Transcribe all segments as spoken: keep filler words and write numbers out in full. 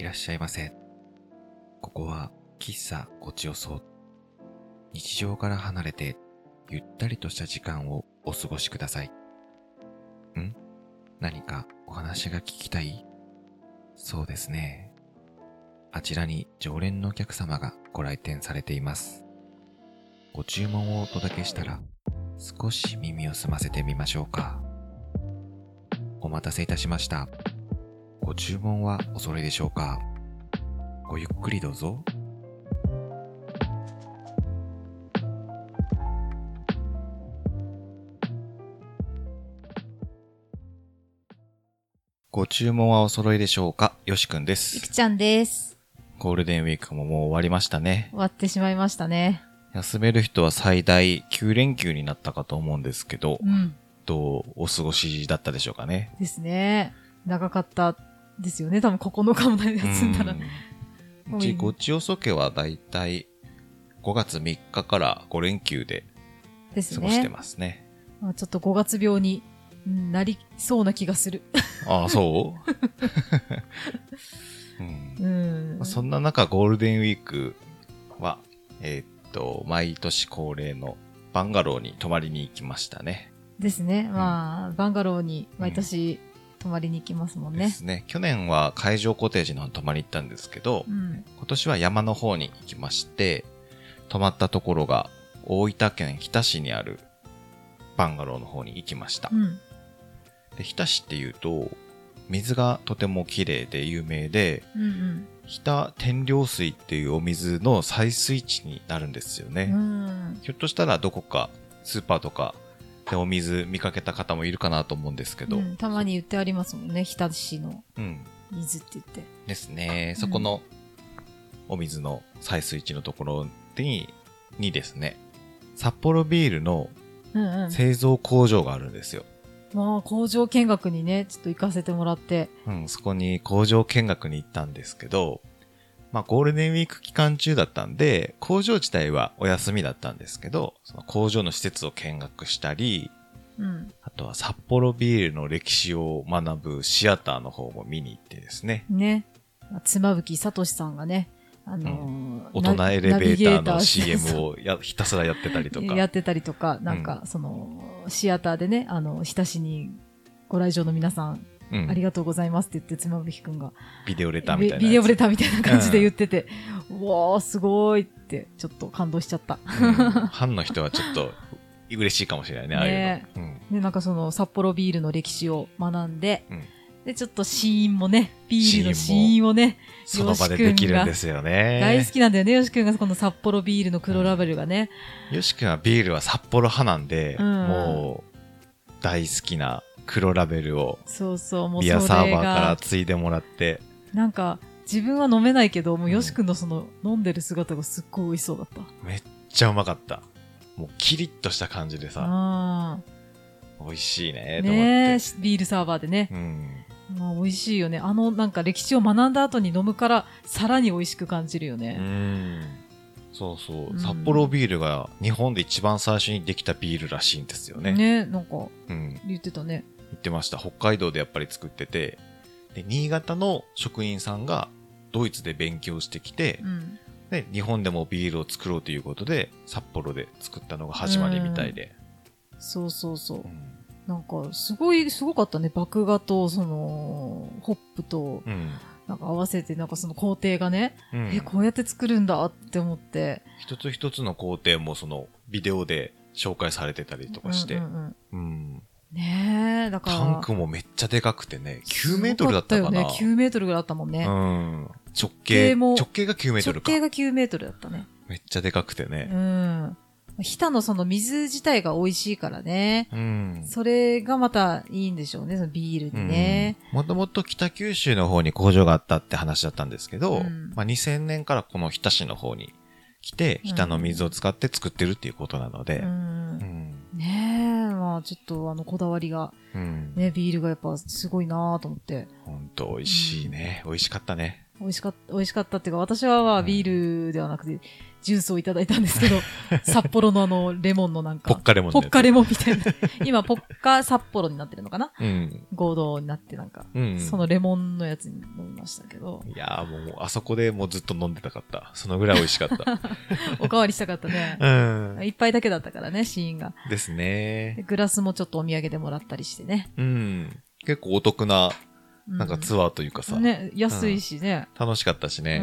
らっしゃいませ。ここは喫茶ごちよそ。日常から離れてゆったりとした時間をお過ごしください。ん？何かお話が聞きたい？そうですね。あちらに常連のお客様がご来店されています。ご注文をお届けしたら少し耳を澄ませてみましょうか。お待たせいたしました。ご注文はお揃いでしょうか。ごゆっくりどうぞ。ご注文はお揃いでしょうか。よしくんでいくす。 ちゃんです。 ゴールデンウィークももう終わりましたね。 終わってしまいましたね。 休める人は最大きゅう連休になったかと思うんですけど、 うん。 どうお過ごしだったでしょうかね。 ですね。長かったですよね。多分ここのかもない休んだら。 うんうちごちよそ家はだいたいごがつみっかからご連休でですね。 過ごしてますね。 まあ、ちょっとごがつ病にうんなりそうな気がする。 ああ、そううんうん。 まあそんな中、ゴールデンウィークは、えーっと、毎年恒例のバンガローに泊まりに行きましたね。 ですね。まあ、バンガローに毎年泊まりに行きますもんね。 ですね。去年は海上コテージの方に泊まりに行ったんですけど、 うん。 今年は山の方に行きまして、泊まったところが大分県日田市にあるバンガローの方に行きました。 うん。 で、日田市っていうと、水がとても綺麗で有名で、 うん日田天領水っていうお水の採水地になるんですようん。 ね。 うん。 ひょっとしたらどこかスーパーとかでお水見かけた方もいるかなと思うんですけど。 うんたまに言ってありますもんね。日田市のうん。 水って言って。 ですね。そこのお水の採水地のところに、にですね、札幌ビールのうんうん。 製造工場があるんですよ。 まあ、工場見学にね、ちょっと行かせてもらって。 うん、そこに工場見学に行ったんですけど、まあゴールデンウィーク期間中だったんで、工場自体はお休みだったんですけど、その工場の施設を見学したり、 うん。 あとは札幌ビールの歴史を学ぶシアターの方も見に行ってですね。 ね。妻夫木聡さんがね、あのー大人エレベーターの シーエムををやひたすらやってたりとか。 やってたりとか、なんか、その、シアターでね、あの、日田市にご来場の皆さん、 うん、 ありがとうございますって言って、妻夫木くんが。 ビデオレターみたいなやつ。 ビデオレターみたいな感じで言ってて、うん、うわー、すごいって、ちょっと感動しちゃった。 うん、ファンの人はちょっと嬉しいかもしれないね、ああいうの。うん、 で、なんかその、札幌ビールの歴史を学んで、 うんで、ちょっと試飲もね、ビールの試飲をね、 その場でできるんですよね。 大好きなんだよね、よしくんがこの札幌ビールの黒ラベルがね。 うん、よしくんはビールは札幌派なんで、うん、もう大好きな黒ラベルを、 そうそう、もうビアサーバーから継いでもらって。 なんか、自分は飲めないけど、もうよしくんのその、飲んでる姿がすっごい美味しそうだった。 めっちゃうまかった。もうキリッとした感じでさ、 あ美味しいねと思って。 ねビールサーバーでね。 うんまあ、美味しいよね。あのなんか歴史を学んだ後に飲むからさらに美味しく感じるよね。 うん。そうそう、うん。札幌ビールが日本で一番最初にできたビールらしいんですよね。 ね、なんか言ってたね。 言ってました。北海道でやっぱり作ってて、で新潟の職人さんがドイツで勉強してきて、うん、で日本でもビールを作ろうということで札幌で作ったのが始まりみたいで。 うん、そうそうそう。うんなんか、すごい、すごかったね。麦芽と、その、ホップと、なんか合わせて、なんかその工程がね、うん、え、こうやって作るんだって思って。 一つ一つの工程もその、ビデオで紹介されてたりとかして。うんうんうんうん、ねえ、だから。 タンクもめっちゃでかくてね、きゅうメートルだったかな。 すごかったよね。きゅうメートルぐらいあったもんね。 うん。直径も、直径がきゅうメートルか。 直径がきゅうメートルだったね。 めっちゃでかくてね。 うん。日田のその水自体が美味しいからね。うん。それがまたいいんでしょうね、そのビールにね。 もともと北九州の方に工場があったって話だったんですけど、うん、まあにせんねんからこの日田市の方に来て、日田の水を使って作ってるっていうことなので。うん。うんうん、ねえ、まあちょっとあのこだわりが、うん、ね、ビールがやっぱすごいなと思って。 ほんと美味しいね。うん、美味しかったね。 美味しかった、美味しかったっていうか、私はまあビールではなくて、 ジュースをいただいたんですけど、札幌のあの、レモンのなんか、 ポッカレモンポッカレモンみたいな。今、ポッカ札幌になってるのかな、 うん、 合同になってなんか、 うん、 そのレモンのやつに飲みましたけど。 いやーもう、あそこでもうずっと飲んでたかった。そのぐらい美味しかった。 おかわりしたかったね。 うん。 一杯だけだったからね、シーンが。 ですね。 でグラスもちょっとお土産でもらったりしてね。 うん。結構お得な、なんかツアーというかさ。 うん、ね、安いしね、 うん。楽しかったしね。 うん。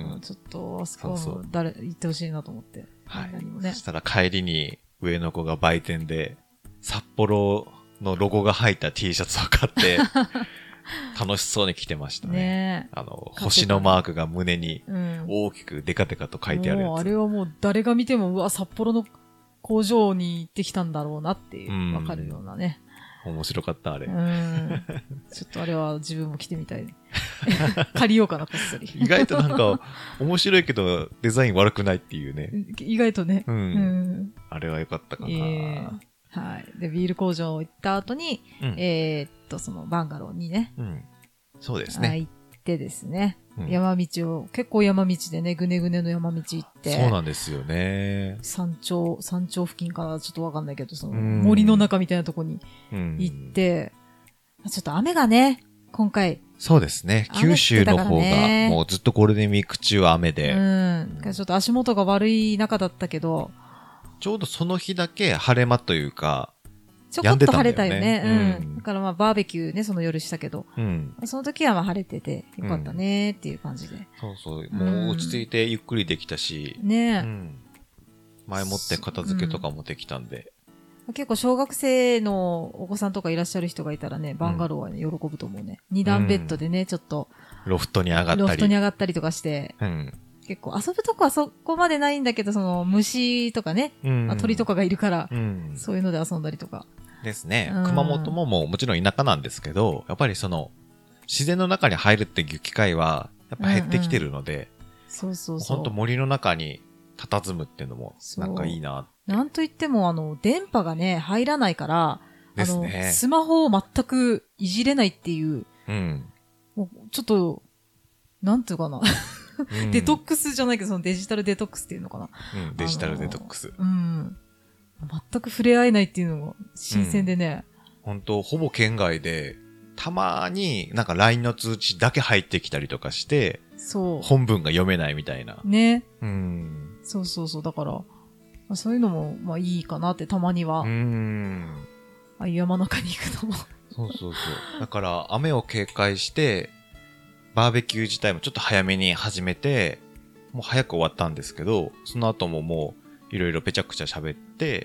うん、ちょっと、あそこは誰、行ってほしいなと思って。 はい。 ね、 そしたら帰りに上の子が売店で、札幌のロゴが入った T シャツを買って、楽しそうに着てましたね。ねあの、星のマークが胸に大きくデカデカと書いてあるやつ。 うん、もうあれはもう誰が見ても、うわ、札幌の工場に行ってきたんだろうなっていう、わかるようなね。 面白かった、あれ。 うん。ちょっとあれは自分も着てみたい。借りようかな、こっそり。 意外となんか、面白いけど、デザイン悪くないっていうね。 意外とね。 うん。うん、あれは良かったかな、えー。 はい。で、ビール工場行った後に、うん、えー、っと、そのバンガローにね。 うん。そうですね。 行ってですね。うん、山道を、結構山道でね、ぐねぐねの山道行って。 そうなんですよね。 山頂、山頂付近からちょっとわかんないけど、その森の中みたいなとこに行って、うん、ちょっと雨がね、今回。 そうですね。九州の方が、もうずっとゴールデンウィーク中は雨で。 うん。ちょっと足元が悪い中だったけど。 ちょうどその日だけ晴れ間というか、 ちょこっと晴れたよね。うん。うん、だからまあバーベキューね、その夜したけど。うん。その時はまあ晴れててよかったねっていう感じで。うん、 そうそう。もう落ち着いてゆっくりできたし。 ねえ、うん。 前もって片付けとかもできたんで。 うん、結構小学生のお子さんとかいらっしゃる人がいたらね、バンガローはね、喜ぶと思うね。二段ベッドでね、ちょっと。 ロフトに上がったり。 ロフトに上がったりとかして。うん。結構遊ぶとこはそこまでないんだけど、その虫とかね、うんまあ、鳥とかがいるから、うん、そういうので遊んだりとか。 ですね。熊本ももうもちろん田舎なんですけど、やっぱりその、自然の中に入るっていう機会は、やっぱ減ってきてるので、うんうん、 そうそうそう。 ほんと森の中に佇むっていうのも、なんかいいな。 なんといっても、あの、電波がね、入らないから、 ですね、 あの、スマホを全くいじれないっていう、うん、もうちょっと、なんていうかな。うん、デトックスじゃないけど、そのデジタルデトックスっていうのかな。 うん、デジタルデトックス。 うん。全く触れ合えないっていうのが新鮮でね。 うん、本当ほぼ県外で、たまになんか ライン の通知だけ入ってきたりとかして、 そう。 本文が読めないみたいな。 ね。 うん。 そうそうそう。だから、まあ、そういうのも、まあいいかなってたまには。うん。ああいう山中に行くのも。 そうそうそう。だから、雨を警戒して、バーベキュー自体もちょっと早めに始めて、もう早く終わったんですけど、その後ももういろいろぺちゃくちゃ喋って、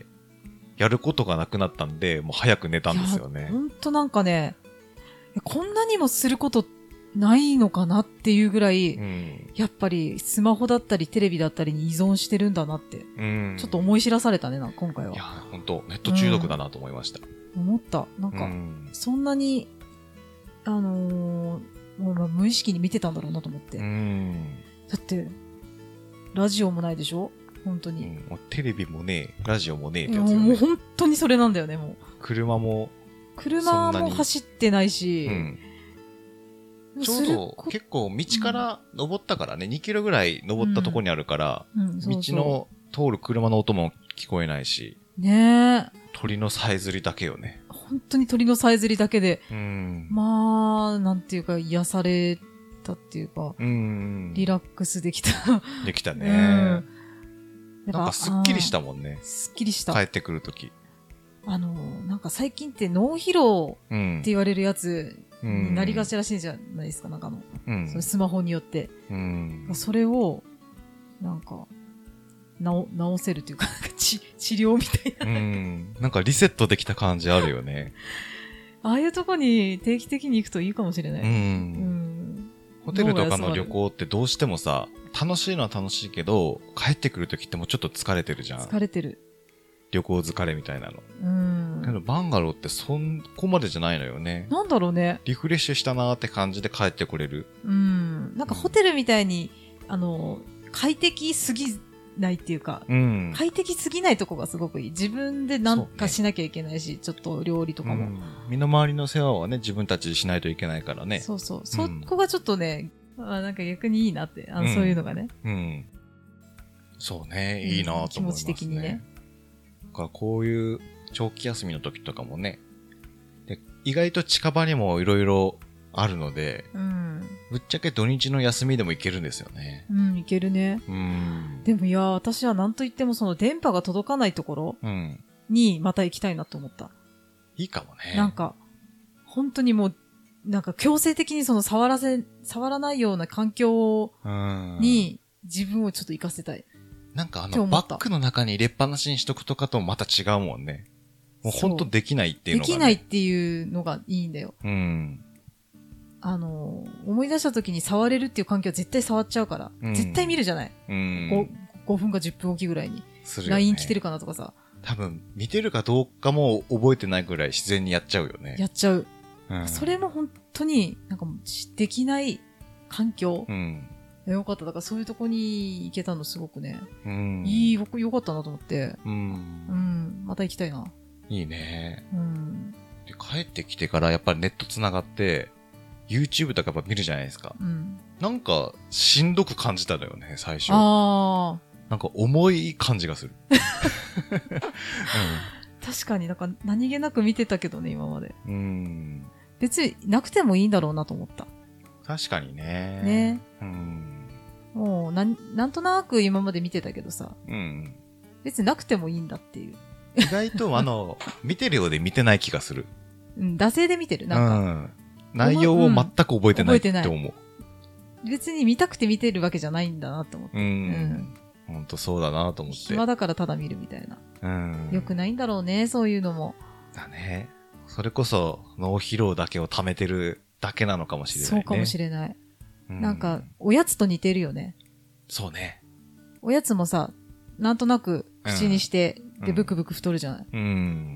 やることがなくなったんで、もう早く寝たんですよね。 ほんとなんかね、こんなにもすることないのかなっていうぐらい、うん、やっぱりスマホだったりテレビだったりに依存してるんだなって、うん、ちょっと思い知らされたね、な今回は。いや、 ほんと、ネット中毒だなと思いました。 うん、思った。なんか、うん、そんなに、あのー、もう無意識に見てたんだろうなと思って。うん、だって、ラジオもないでしょ本当に、うん、 もうテレビもねえ、ラジオもねえってやつよね。 もう本当にそれなんだよね、もう。 車も。 車も走ってないし。うん、 ちょうど結構道から登ったからね、うん、にキロぐらい登ったとこにあるから、うんうん、そうそう道の通る車の音も聞こえないし。 ねえ。 鳥のさえずりだけよね。 本当に鳥のさえずりだけで、うん、まあ、なんていうか癒されたっていうか、うん、リラックスできた。 できたね、うん。なんかすっきりしたもんね。 すっきりした。 帰ってくるとき。 あの、なんか最近って脳疲労って言われるやつになりがちらしいじゃないですか、なんかあの、うん、そのスマホによって。うん、それを、なんか、治、治せるというか、なんか治、治療みたいな。 うん。なんかリセットできた感じあるよね。 ああいうとこに定期的に行くといいかもしれない。うん。うん、 ホテルとかの旅行ってどうしてもさ、楽しいのは楽しいけど、帰ってくるときってもうちょっと疲れてるじゃん。 疲れてる。 旅行疲れみたいなの。うん。けどバンガローってそんこまでじゃないのよね。 なんだろうね。 リフレッシュしたなーって感じで帰ってこれる。 うん。なんかホテルみたいに、あの、快適すぎないっていうか、うん、快適すぎないとこがすごくいい。自分でなんかしなきゃいけないし、ね、ちょっと料理とかも、うん。 身の回りの世話はね、自分たちでしないといけないからね。 そうそう。そこがちょっとね、あなんか逆にいいなって、あの、うん、そういうのがね。うん。 そうね、いいなと思いますね。気持ち的にね。だからこういう長期休みの時とかもね、で意外と近場にもいろいろあるので、うん、ぶっちゃけ土日の休みでも行けるんですよね。 うん、行けるね。うん。でもいや、私は何と言ってもその電波が届かないところにまた行きたいなと思った。うん、 いいかもね。 なんか、本当にもう、なんか強制的にその触らせ、触らないような環境に自分をちょっと行かせたい。 なんかあのバッグの中に入れっぱなしにしとくとかともまた違うもんね。もう本当できないっていうのが、ね、 できないっていうのがいいんだよ。うん。あの、思い出した時に触れるっていう環境は絶対触っちゃうから。うん、絶対見るじゃない。うん。ごふんかじゅっぷんおきぐらいに。するよね。ライン 来てるかなとかさ。 多分、見てるかどうかも覚えてないぐらい自然にやっちゃうよね。 やっちゃう。うん、それも本当になんかできない環境。うん。よかった。だからそういうとこに行けたのすごくね。うん。いい、よかったなと思って。うん。うん。また行きたいな。 いいね。うん。で、帰ってきてからやっぱりネット繋がって、YouTube とかやっぱ見るじゃないですか。うん。なんか、しんどく感じたのよね、最初。ああ。なんか重い感じがする。うん、 確かになんか何気なく見てたけどね、今まで。うん。別になくてもいいんだろうなと思った。 確かにね。ね。うん。 もうなん、なんとなく今まで見てたけどさ。うん。別になくてもいいんだっていう。 意外とあの、見てるようで見てない気がする。 うん、惰性で見てる。なんか。うん。 内容を全く覚えてないって思う。うん、覚えてない。 別に見たくて見てるわけじゃないんだなと思って。うん。 うんほんとそうだなと思って。 暇だからただ見るみたいな。うん。よくないんだろうね、そういうのも。 だね。それこそ脳疲労だけを溜めてるだけなのかもしれないね。 そうかもしれない。うん、なんか、おやつと似てるよね。 そうね。 おやつもさ、なんとなく口にして、うん、で、ブクブク太るじゃない。うん。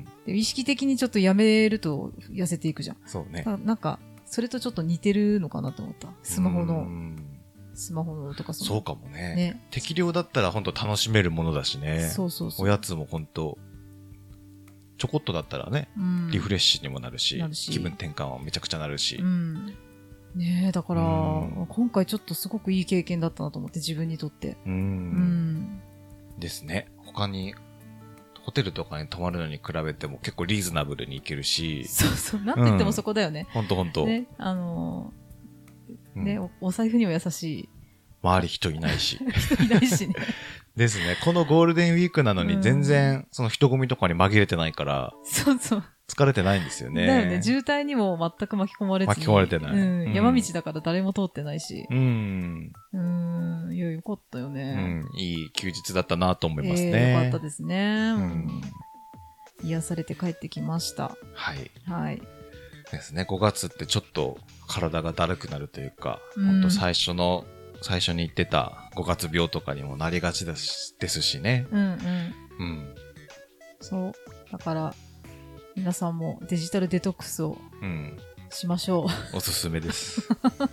で、意識的にちょっとやめると痩せていくじゃん。 そうね。 なんか、それとちょっと似てるのかなと思った。スマホの。スマホのとかそそうかもね。ね。適量だったら本当楽しめるものだしね。 そうそうそう。 おやつも本当ちょこっとだったらね、うん、リフレッシュにもなるし、なるし気分転換はめちゃくちゃなるし。うん、 ねえ、だから、うん、今回ちょっとすごくいい経験だったなと思って、自分にとって。うん。うん、 ですね。他に、ホテルとかに泊まるのに比べても結構リーズナブルに行けるし。 そうそう。なんて言ってもそこだよね。 ほんとほんと。 ね、あのー、ね、うん、お, お財布にも優しい。 周り人いないし。 人いないしね。 ですね。このゴールデンウィークなのに全然、その人混みとかに紛れてないから。 そうそう。 疲れてないんですよね。 だよね。渋滞にも全く巻き込まれずに。 巻き込まれてない。 うん。うん、山道だから誰も通ってないし。 うん。 うん。いや、よかったよね。 うん。いい休日だったなと思いますね。 えー、よかったですね。うん。癒されて帰ってきました。 はい。 はい。 ですね。ごがつってちょっと体がだるくなるというか、うん、ほんと最初の、最初に言ってたごがつ病とかにもなりがちですですしね。 うんうん。うん。そう。だから、皆さんもデジタルデトックスをしましょう。 うん、おすすめです、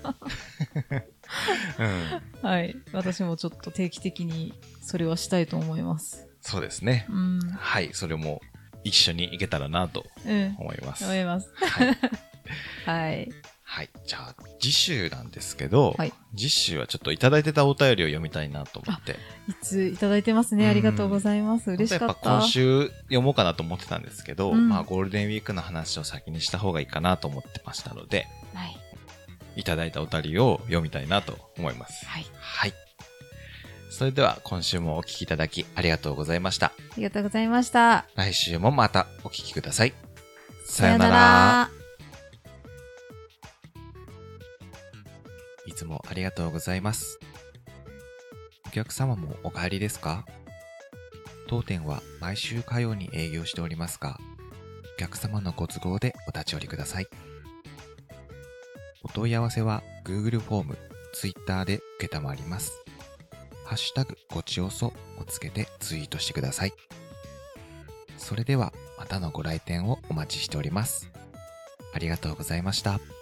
うん。はい。私もちょっと定期的にそれはしたいと思います。 そうですね。うん、はい。それも一緒に行けたらなと思います。 うん、思います。はい。はい。 はい。じゃあ、次週なんですけど、はい、次週はちょっといただいてたお便りを読みたいなと思って。 いついただいてますね。ありがとうございます。嬉しかった。 やっぱ今週読もうかなと思ってたんですけど、うん、まあゴールデンウィークの話を先にした方がいいかなと思ってましたので、はい。いただいたお便りを読みたいなと思います。はい。はい。それでは今週もお聞きいただきありがとうございました。ありがとうございました。 来週もまたお聞きください。さよなら。いつもありがとうございます。お客様もお帰りですか？当店は毎週火曜に営業しておりますが、お客様のご都合でお立ち寄りください。お問い合わせは Google フォーム、Twitter で受けたまわります。ハッシュタグごちおそをつけてツイートしてください。それではまたのご来店をお待ちしております。ありがとうございました。